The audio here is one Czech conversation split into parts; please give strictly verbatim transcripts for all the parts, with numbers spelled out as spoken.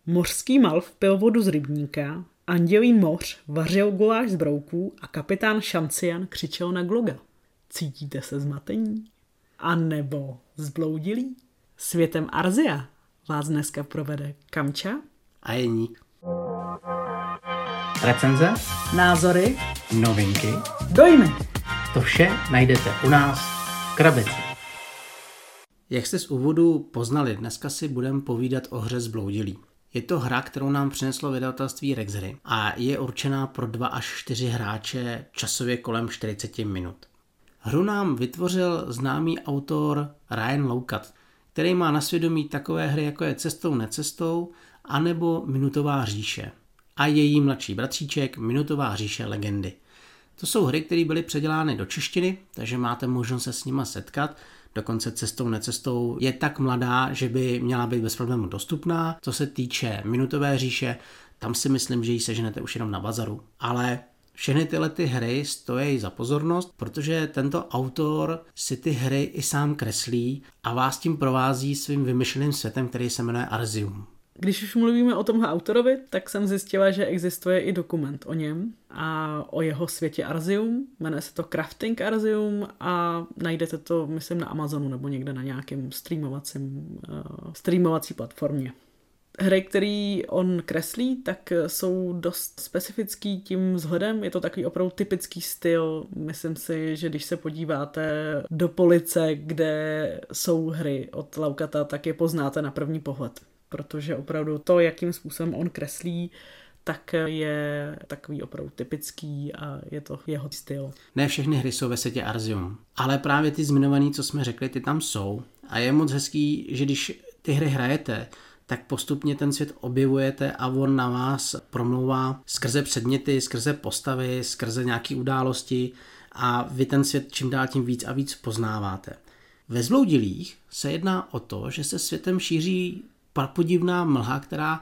Mořský malv pil vodu z rybníka, Andělí moř vařil guláš z brouků a kapitán Šancian křičel na Gloga. Cítíte se zmatení? A nebo zbloudilí? Světem Arzia vás dneska provede Kamča a Jeník. Recenze, názory, novinky, dojmy. To vše najdete u nás v Krabici. Jak jste z úvodu poznali, dneska si budeme povídat o hře Zbloudilí. Je to hra, kterou nám přineslo vydavatelství Rexhry a je určená pro dva až čtyři hráče časově kolem čtyřicet minut. Hru nám vytvořil známý autor Ryan Laukat, který má na svědomí takové hry, jako je Cestou necestou anebo Minutová říše a její mladší bratříček Minutová říše legendy. To jsou hry, které byly předělány do češtiny, takže máte možnost se s nima setkat. Dokonce Cestou necestou je tak mladá, že by měla být bez problémů dostupná. Co se týče Minutové říše, tam si myslím, že ji seženete už jenom na bazaru. Ale všechny tyhle ty hry stojí za pozornost, protože tento autor si ty hry i sám kreslí a vás tím provází svým vymyšleným světem, který se jmenuje Arzium. Když už mluvíme o tomhle autorovi, tak jsem zjistila, že existuje i dokument o něm a o jeho světě Arzium. Jmenuje se to Crafting Arzium a najdete to, myslím, na Amazonu nebo někde na nějakém streamovacím, uh, streamovací platformě. Hry, který on kreslí, tak jsou dost specifický tím vzhledem. Je to takový opravdu typický styl. Myslím si, že když se podíváte do police, kde jsou hry od Laukata, tak je poznáte na první pohled. Protože opravdu to, jakým způsobem on kreslí, tak je takový opravdu typický a je to jeho styl. Ne všechny hry jsou ve světě Arzium, ale právě ty zmiňované, co jsme řekli, ty tam jsou. A je moc hezký, že když ty hry hrajete, tak postupně ten svět objevujete a on na vás promlouvá skrze předměty, skrze postavy, skrze nějaké události a vy ten svět čím dál tím víc a víc poznáváte. Ve Zbloudilých se jedná o to, že se světem šíří prapodivná mlha, která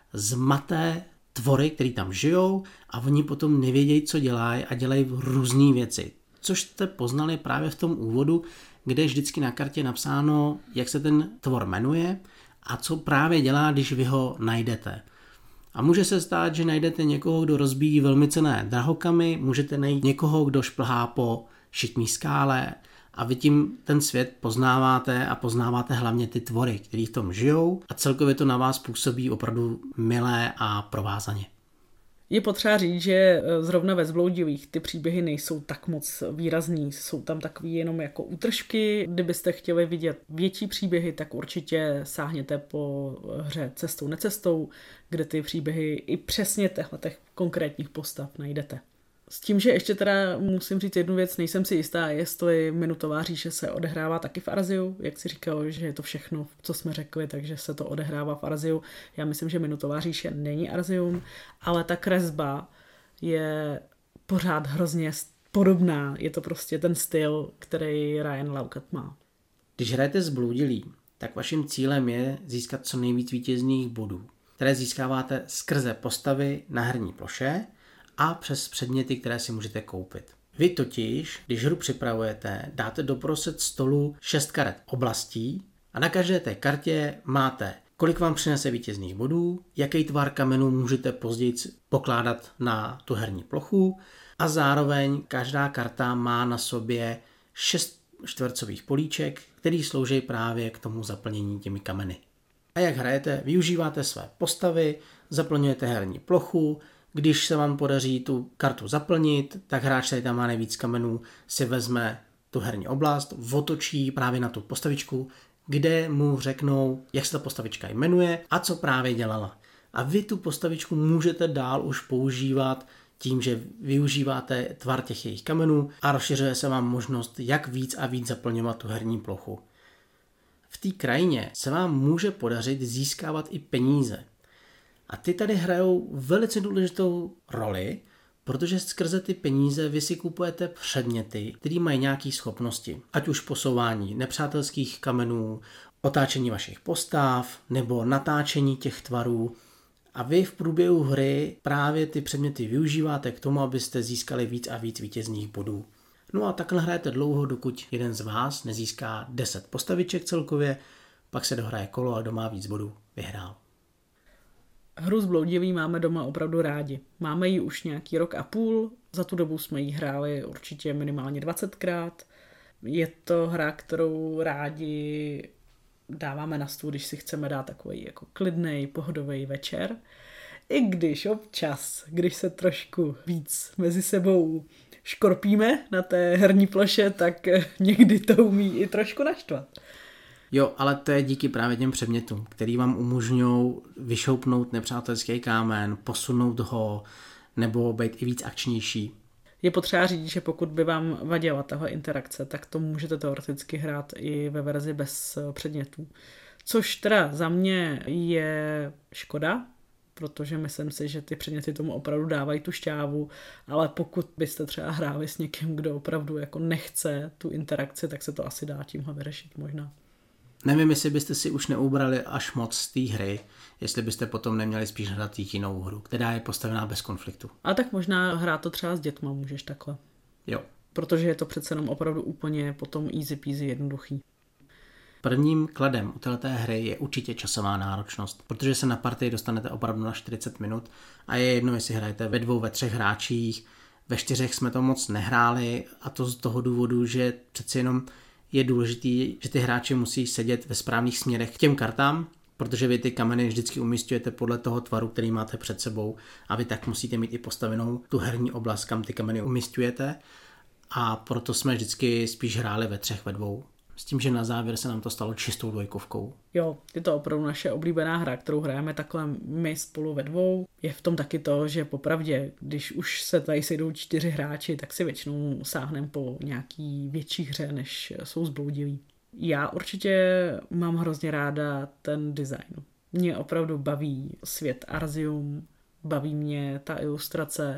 zmaté tvory, který tam žijou a oni potom nevědějí, co dělají a dělají různé věci. Což jste poznali právě v tom úvodu, kde je vždycky na kartě napsáno, jak se ten tvor jmenuje a co právě dělá, když vy ho najdete. A může se stát, že najdete někoho, kdo rozbíjí velmi cenné drahokamy, můžete najít někoho, kdo šplhá po šikmý skále a vy tím ten svět poznáváte a poznáváte hlavně ty tvory, který v tom žijou a celkově to na vás působí opravdu milé a provázaně. Je potřeba říct, že zrovna ve Zbloudilých ty příběhy nejsou tak moc výrazný, jsou tam takový jenom jako útržky. Kdybyste chtěli vidět větší příběhy, tak určitě sáhněte po hře Cestou necestou, kde ty příběhy i přesně těch konkrétních postav najdete. S tím, že ještě teda musím říct jednu věc, nejsem si jistá, jestli Minutová říše se odehrává taky v Arziu, jak si říkal, že je to všechno, co jsme řekli, takže se to odehrává v Arziu. Já myslím, že Minutová říše není Arzium, ale ta kresba je pořád hrozně podobná, je to prostě ten styl, který Ryan Laukat má. Když hrajete Zbloudilí, tak vaším cílem je získat co nejvíc vítězných bodů, které získáváte skrze postavy na herní ploše a přes předměty, které si můžete koupit. Vy totiž, když hru připravujete, dáte doprostřed stolu šest karet oblastí a na každé té kartě máte, kolik vám přinese vítězných bodů, jaký tvar kamenů můžete později pokládat na tu herní plochu a zároveň každá karta má na sobě šest čtvercových políček, který slouží právě k tomu zaplnění těmi kameny. A jak hrajete, využíváte své postavy, zaplňujete herní plochu. Když se vám podaří tu kartu zaplnit, tak hráč, který tam má nejvíc kamenů, si vezme tu herní oblast, otočí právě na tu postavičku, kde mu řeknou, jak se ta postavička jmenuje a co právě dělala. A vy tu postavičku můžete dál už používat tím, že využíváte tvar těch jejich kamenů a rozšiřuje se vám možnost, jak víc a víc zaplňovat tu herní plochu. V té krajině se vám může podařit získávat i peníze. A ty tady hrajou velice důležitou roli, protože skrze ty peníze vy si kupujete předměty, které mají nějaké schopnosti. Ať už posouvání nepřátelských kamenů, otáčení vašich postav nebo natáčení těch tvarů. A vy v průběhu hry právě ty předměty využíváte k tomu, abyste získali víc a víc vítězných bodů. No a takhle hrajete dlouho, dokud jeden z vás nezíská deset postaviček celkově, pak se dohraje kolo a kdo má víc bodů vyhrál. Hru Zbloudilí máme doma opravdu rádi. Máme ji už nějaký rok a půl, za tu dobu jsme ji hráli určitě minimálně dvacetkrát. Je to hra, kterou rádi dáváme na stůl, když si chceme dát takový jako klidnej, pohodový večer. I když občas, když se trošku víc mezi sebou škorpíme na té herní ploše, tak někdy to umí i trošku naštvat. Jo, ale to je díky právě těm předmětům, který vám umožňují vyšoupnout nepřátelský kámen, posunout ho, nebo být i víc akčnější. Je potřeba říct, že pokud by vám vadila tahle interakce, tak to můžete teoreticky hrát i ve verzi bez předmětů. Což teda za mě je škoda, protože myslím si, že ty předměty tomu opravdu dávají tu šťávu, ale pokud byste třeba hráli s někým, kdo opravdu jako nechce tu interakci, tak se to asi dá tímhle vyřešit možná. Nevím, jestli byste si už neubrali až moc z té hry, jestli byste potom neměli spíš hrát jinou hru, která je postavená bez konfliktu. A tak možná hrát to třeba s dětma můžeš takhle. Jo. Protože je to přece jenom opravdu úplně potom easy peasy jednoduchý. Prvním kladem u této hry je určitě časová náročnost, protože se na partii dostanete opravdu na čtyřicet minut a je jedno, jestli hrajete ve dvou, ve třech hráčích. Ve čtyřech jsme to moc nehráli a to z toho důvodu, že přeci jenom je důležitý, že ty hráči musí sedět ve správných směrech k těm kartám, protože vy ty kameny vždycky umístujete podle toho tvaru, který máte před sebou a vy tak musíte mít i postavenou tu herní oblast, kam ty kameny umístujete a proto jsme vždycky spíš hráli ve třech, ve dvou. S tím, že na závěr se nám to stalo čistou dvojkovkou. Jo, je to opravdu naše oblíbená hra, kterou hrajeme takhle my spolu ve dvou. Je v tom taky to, že popravdě, když už se tady sejdou čtyři hráči, tak si většinou sáhneme po nějaký větší hře, než jsou Zbloudilí. Já určitě mám hrozně ráda ten design. Mě opravdu baví svět Arzium, baví mě ta ilustrace,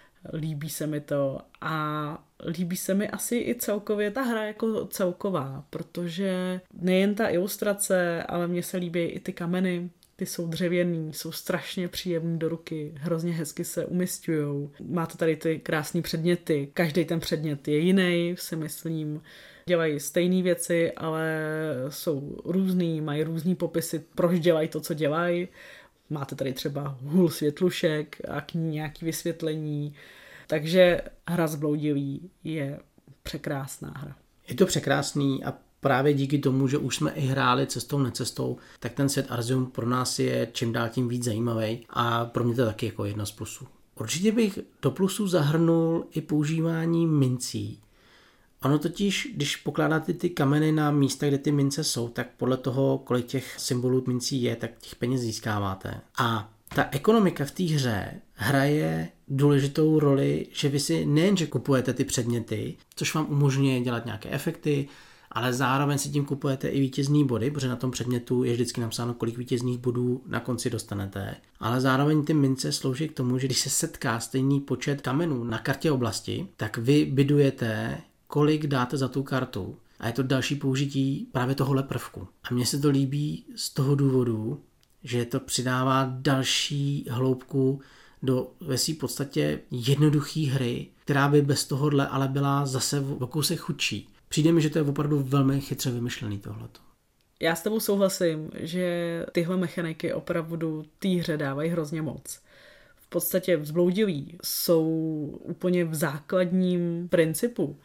líbí se mi to a líbí se mi asi i celkově ta hra jako celková, protože nejen ta ilustrace, ale mně se líbí i ty kameny, ty jsou dřevěný, jsou strašně příjemný do ruky, hrozně hezky se umísťujou. Máte tady ty krásné předměty, každý ten předmět je jiný, si myslím. Dělají stejné věci, ale jsou různý, mají různý popisy, proč dělají to, co dělají. Máte tady třeba hůl světlušek a k ní nějaké vysvětlení. Takže hra Zbloudilí je překrásná hra. Je to překrásný a právě díky tomu, že už jsme i hráli cestou necestou, tak ten svět Arzium pro nás je čím dál tím víc zajímavý a pro mě to taky jako jedno z plusů. Určitě bych do plusů zahrnul i používání mincí. Ono totiž, když pokládáte ty kameny na místa, kde ty mince jsou, tak podle toho, kolik těch symbolů mincí je, tak těch peněz získáváte. A ta ekonomika v té hře hraje důležitou roli, že vy si nejenže kupujete ty předměty, což vám umožňuje dělat nějaké efekty, ale zároveň si tím kupujete i vítězný body, protože na tom předmětu je vždycky napsáno, kolik vítězných bodů na konci dostanete. Ale zároveň ty mince slouží k tomu, že když se setká stejný počet kamenů na kartě oblasti, tak vy bidujete, kolik dáte za tu kartu. A je to další použití právě tohohle prvku. A mně se to líbí z toho důvodu, že to přidává další hloubku do ve své podstatě jednoduché hry, která by bez tohohle ale byla zase o kousek chudší. Přijde mi, že to je opravdu velmi chytře vymyšlený tohleto. Já s tebou souhlasím, že tyhle mechaniky opravdu té hře dávají hrozně moc. V podstatě Zbloudilí jsou úplně v základním principu.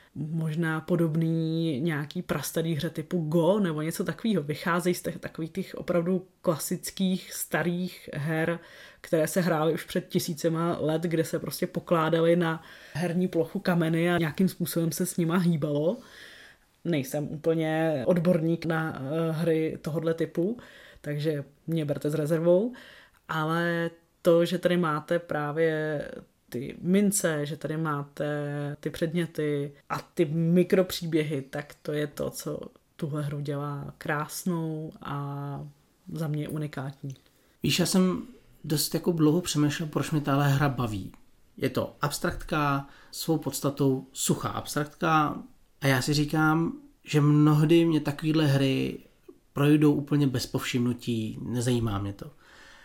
Možná podobný nějaký prastarý hře typu Go nebo něco takového. Vycházejí z těch takových těch opravdu klasických starých her, které se hrály už před tisícema let, kde se prostě pokládaly na herní plochu kameny a nějakým způsobem se s nima hýbalo. Nejsem úplně odborník na hry tohohle typu, takže mě berte s rezervou, ale to, že tady máte právě ty mince, že tady máte ty předměty a ty mikropříběhy, tak to je to, co tuhle hru dělá krásnou a za mě unikátní. Víš, já jsem dost jako dlouho přemýšlel, proč mě tahle hra baví. Je to abstraktka, svou podstatou suchá abstraktka a já si říkám, že mnohdy mě takovéhle hry projdou úplně bez povšimnutí, nezajímá mě to.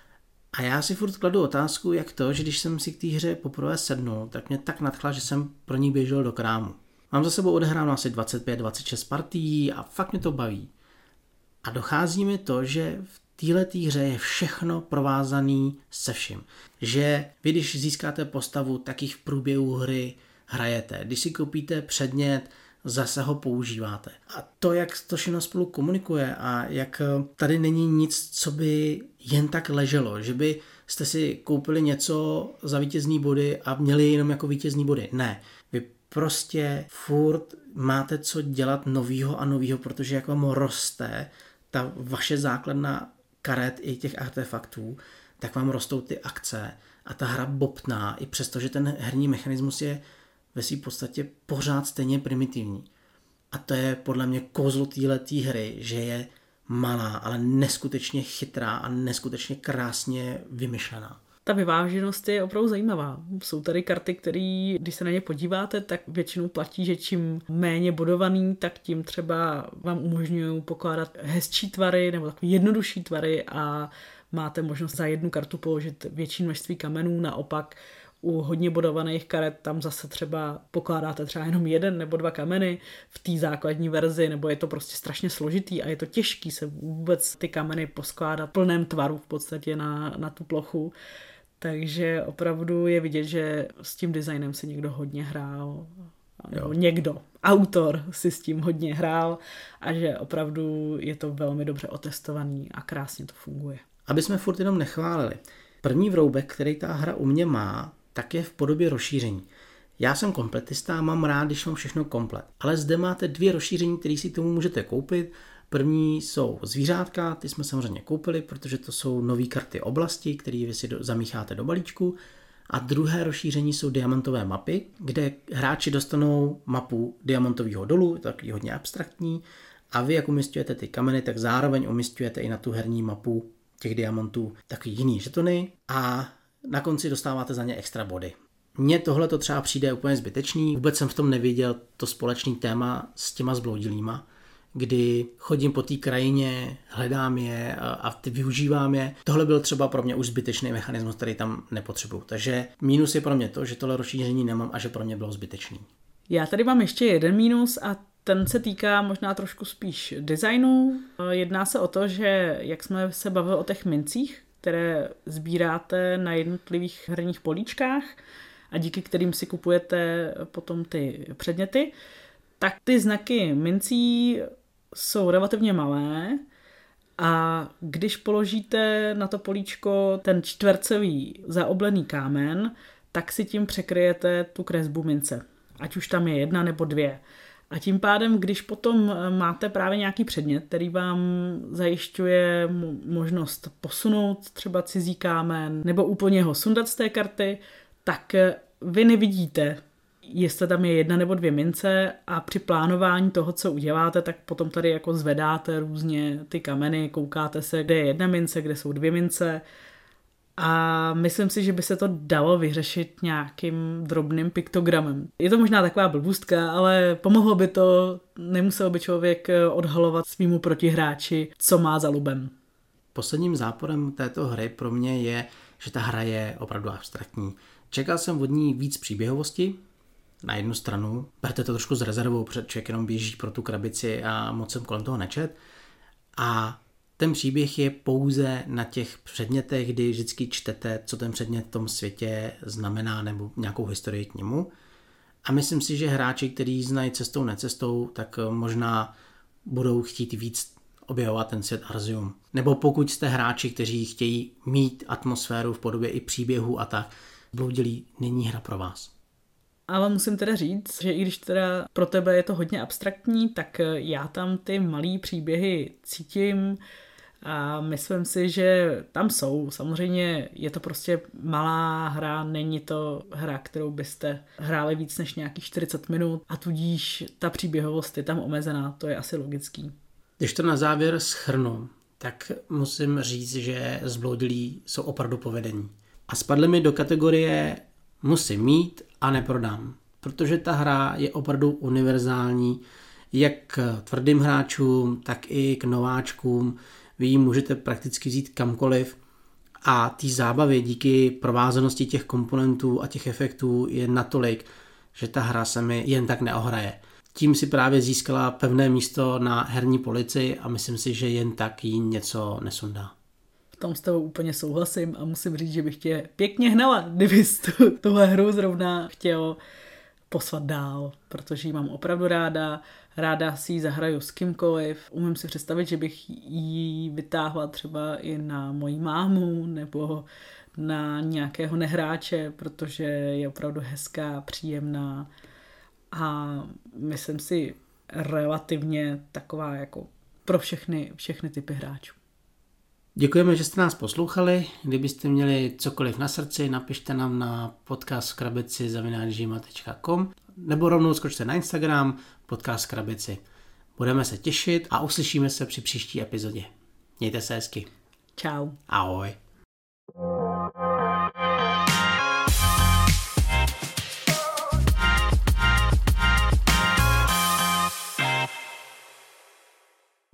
A já si furt kladu otázku, jak to, že když jsem si k té hře poprvé sednul, tak mě tak nadchla, že jsem pro ní běžel do krámu. Mám za sebou odehráno asi dvacet pět dvacet šest partií a fakt mě to baví. A dochází mi to, že v této hře je všechno provázané se vším. Že vy, když získáte postavu, tak ji v průběhu hry hrajete. Když si koupíte předmět, zase ho používáte. A to, jak to všechno spolu komunikuje a jak tady není nic, co by jen tak leželo, že by jste si koupili něco za vítězný body a měli jenom jako vítězný body. Ne, vy prostě furt máte co dělat novýho a novýho, protože jak vám roste ta vaše základna karet i těch artefaktů, tak vám rostou ty akce a ta hra bobtná, i přesto, že ten herní mechanismus je ve své podstatě pořád stejně primitivní. A to je podle mě kouzlo téhletý hry, že je malá, ale neskutečně chytrá a neskutečně krásně vymyšlená. Ta vyváženost je opravdu zajímavá. Jsou tady karty, které, když se na ně podíváte, tak většinou platí, že čím méně bodovaný, tak tím třeba vám umožňují pokládat hezčí tvary nebo takové jednodušší tvary a máte možnost za jednu kartu položit větší množství kamenů. Naopak u hodně bodovaných karet tam zase třeba pokládáte třeba jenom jeden nebo dva kameny v té základní verzi, nebo je to prostě strašně složitý a je to těžký se vůbec ty kameny poskládat v plném tvaru v podstatě na, na tu plochu. Takže opravdu je vidět, že s tím designem si někdo hodně hrál. Nebo někdo, autor si s tím hodně hrál a že opravdu je to velmi dobře otestovaný a krásně to funguje. Aby jsme furt jenom nechválili. První vroubek, který ta hra u mě má, tak je v podobě rozšíření. Já jsem kompletista a mám rád, když mám všechno komplet. Ale zde máte dvě rozšíření, které si tomu můžete koupit. První jsou zvířátka, ty jsme samozřejmě koupili, protože to jsou nové karty oblasti, které vy si do, zamícháte do balíčku. A druhé rozšíření jsou diamantové mapy, kde hráči dostanou mapu diamantového dolu, takový hodně abstraktní. A vy, jak umístujete ty kameny, tak zároveň umístujete i na tu herní mapu těch diamantů takový jiný žetony a na konci dostáváte za ně extra body. Mně tohle to třeba přijde úplně zbytečný, vůbec jsem v tom neviděl to společný téma s těma zbloudilýma, kdy chodím po té krajině, hledám je a, a ty využívám je. Tohle byl třeba pro mě už zbytečný mechanismus, který tam nepotřebuju. Takže mínus je pro mě to, že tohle rozšíření nemám a že pro mě bylo zbytečný. Já tady mám ještě jeden mínus a ten se týká možná trošku spíš designu. Jedná se o to, že jak jsme se bavili o těch mincích, které sbíráte na jednotlivých herních políčkách a díky kterým si kupujete potom ty předměty, tak ty znaky mincí jsou relativně malé a když položíte na to políčko ten čtvercový zaoblený kámen, tak si tím překryjete tu kresbu mince. Ať už tam je jedna nebo dvě. A tím pádem, když potom máte právě nějaký předmět, který vám zajišťuje možnost posunout třeba cizí kámen nebo úplně ho sundat z té karty, tak vy nevidíte, jestli tam je jedna nebo dvě mince a při plánování toho, co uděláte, tak potom tady jako zvedáte různě ty kameny, koukáte se, kde je jedna mince, kde jsou dvě mince a myslím si, že by se to dalo vyřešit nějakým drobným piktogramem. Je to možná taková blbůstka, ale pomohlo by to, nemusel by člověk odhalovat svýmu protihráči, co má za lubem. Posledním záporem této hry pro mě je, že ta hra je opravdu abstraktní. Čekal jsem od ní víc příběhovosti, na jednu stranu, berte to trošku s rezervou, protože člověk jenom běží pro tu krabici a moc jsem kolem toho nečet. A ten příběh je pouze na těch předmětech, kdy vždycky čtete, co ten předmět v tom světě znamená nebo nějakou historii k němu. A myslím si, že hráči, kteří znají cestou necestou, tak možná budou chtít víc objevovat ten svět Arzium. Nebo pokud jste hráči, kteří chtějí mít atmosféru v podobě i příběhu a tak, Zbloudilí není hra pro vás. Ale musím teda říct, že i když teda pro tebe je to hodně abstraktní, tak já tam ty malý příběhy cítím a myslím si, že tam jsou. Samozřejmě je to prostě malá hra, není to hra, kterou byste hráli víc než nějakých čtyřicet minut a tudíž ta příběhovost je tam omezená, to je asi logický. Když to na závěr shrnu, tak musím říct, že Zbloudilí jsou opravdu povedení. A spadly mi do kategorie musím mít a neprodám, protože ta hra je opravdu univerzální jak k tvrdým hráčům, tak i k nováčkům. Vy ji můžete prakticky vzít kamkoliv a té zábavy díky provázanosti těch komponentů a těch efektů je natolik, že ta hra se mi jen tak neohraje. Tím si právě získala pevné místo na herní polici a myslím si, že jen tak jí něco nesundá. tom s tebou úplně souhlasím a musím říct, že bych tě pěkně hnala, kdybys tu, tuhle hru zrovna chtěl poslat dál, protože ji mám opravdu ráda, ráda si ji zahraju s kýmkoliv. Umím si představit, že bych ji vytáhla třeba i na moji mámu nebo na nějakého nehráče, protože je opravdu hezká, příjemná a myslím si relativně taková jako pro všechny, všechny typy hráčů. Děkujeme, že jste nás poslouchali. Kdybyste měli cokoliv na srdci, napište nám na podcast v krabici zavináč gmail tečka com nebo rovnou skočte na Instagram podcast v krabici. Budeme se těšit a uslyšíme se při příští epizodě. Mějte se hezky. Čau. Ahoj.